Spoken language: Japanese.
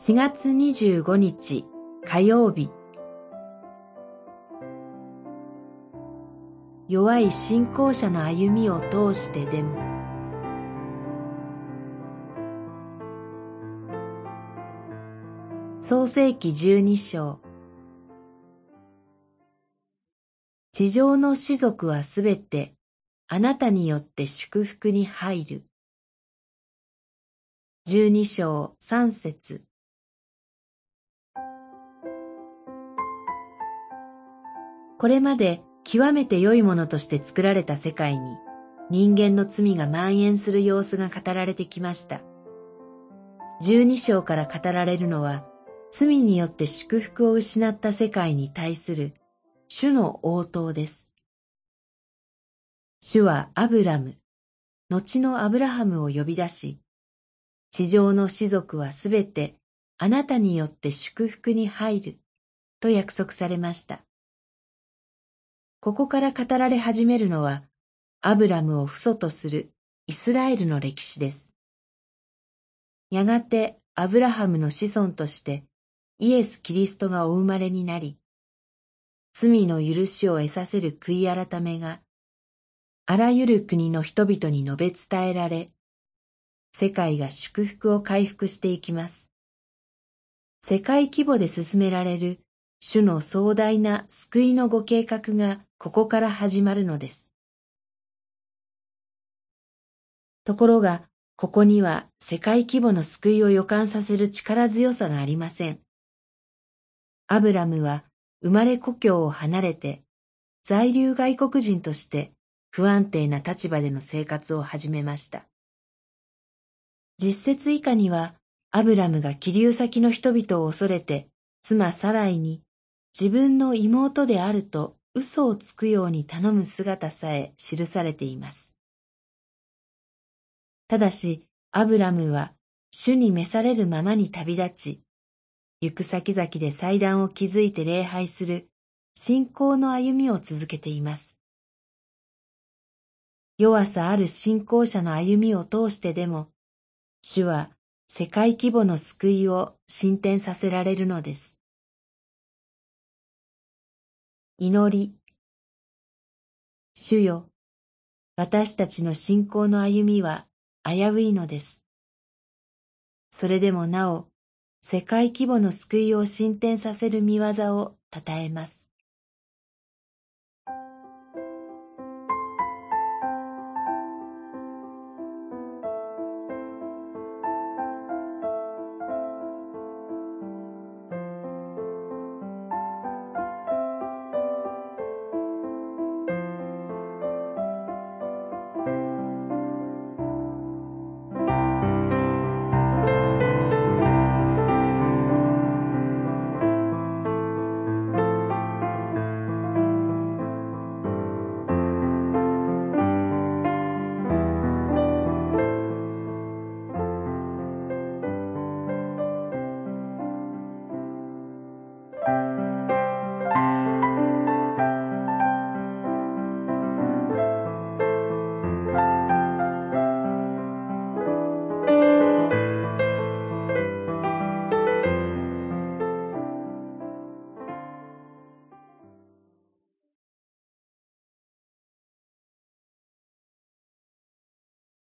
4月25日火曜日。弱い信仰者の歩みを通してでも。創世記12章。地上の士族はすべてあなたによって祝福に入る。12章3節。これまで極めて良いものとして作られた世界に人間の罪が蔓延する様子が語られてきました。12章から語られるのは罪によって祝福を失った世界に対する主の応答です。主はアブラム、後のアブラハムを呼び出し、地上の士族はすべてあなたによって祝福に入ると約束されました。ここから語られ始めるのは、アブラムを父祖とするイスラエルの歴史です。やがてアブラハムの子孫としてイエス・キリストがお生まれになり、罪の許しを得させる悔い改めが、あらゆる国の人々に述べ伝えられ、世界が祝福を回復していきます。世界規模で進められる主の壮大な救いのご計画がここから始まるのです。ところが、ここには世界規模の救いを予感させる力強さがありません。アブラムは生まれ故郷を離れて、在留外国人として不安定な立場での生活を始めました。実節以下には、アブラムが寄留先の人々を恐れて、妻サライに自分の妹であると嘘をつくように頼む姿さえ記されています。ただし、アブラムは主に召されるままに旅立ち、行く先々で祭壇を築いて礼拝する信仰の歩みを続けています。弱さある信仰者の歩みを通してでも、主は世界規模の救いを進展させられるのです。祈り。主よ、私たちの信仰の歩みは危ういのです。それでもなお、世界規模の救いを進展させる御業を称えます。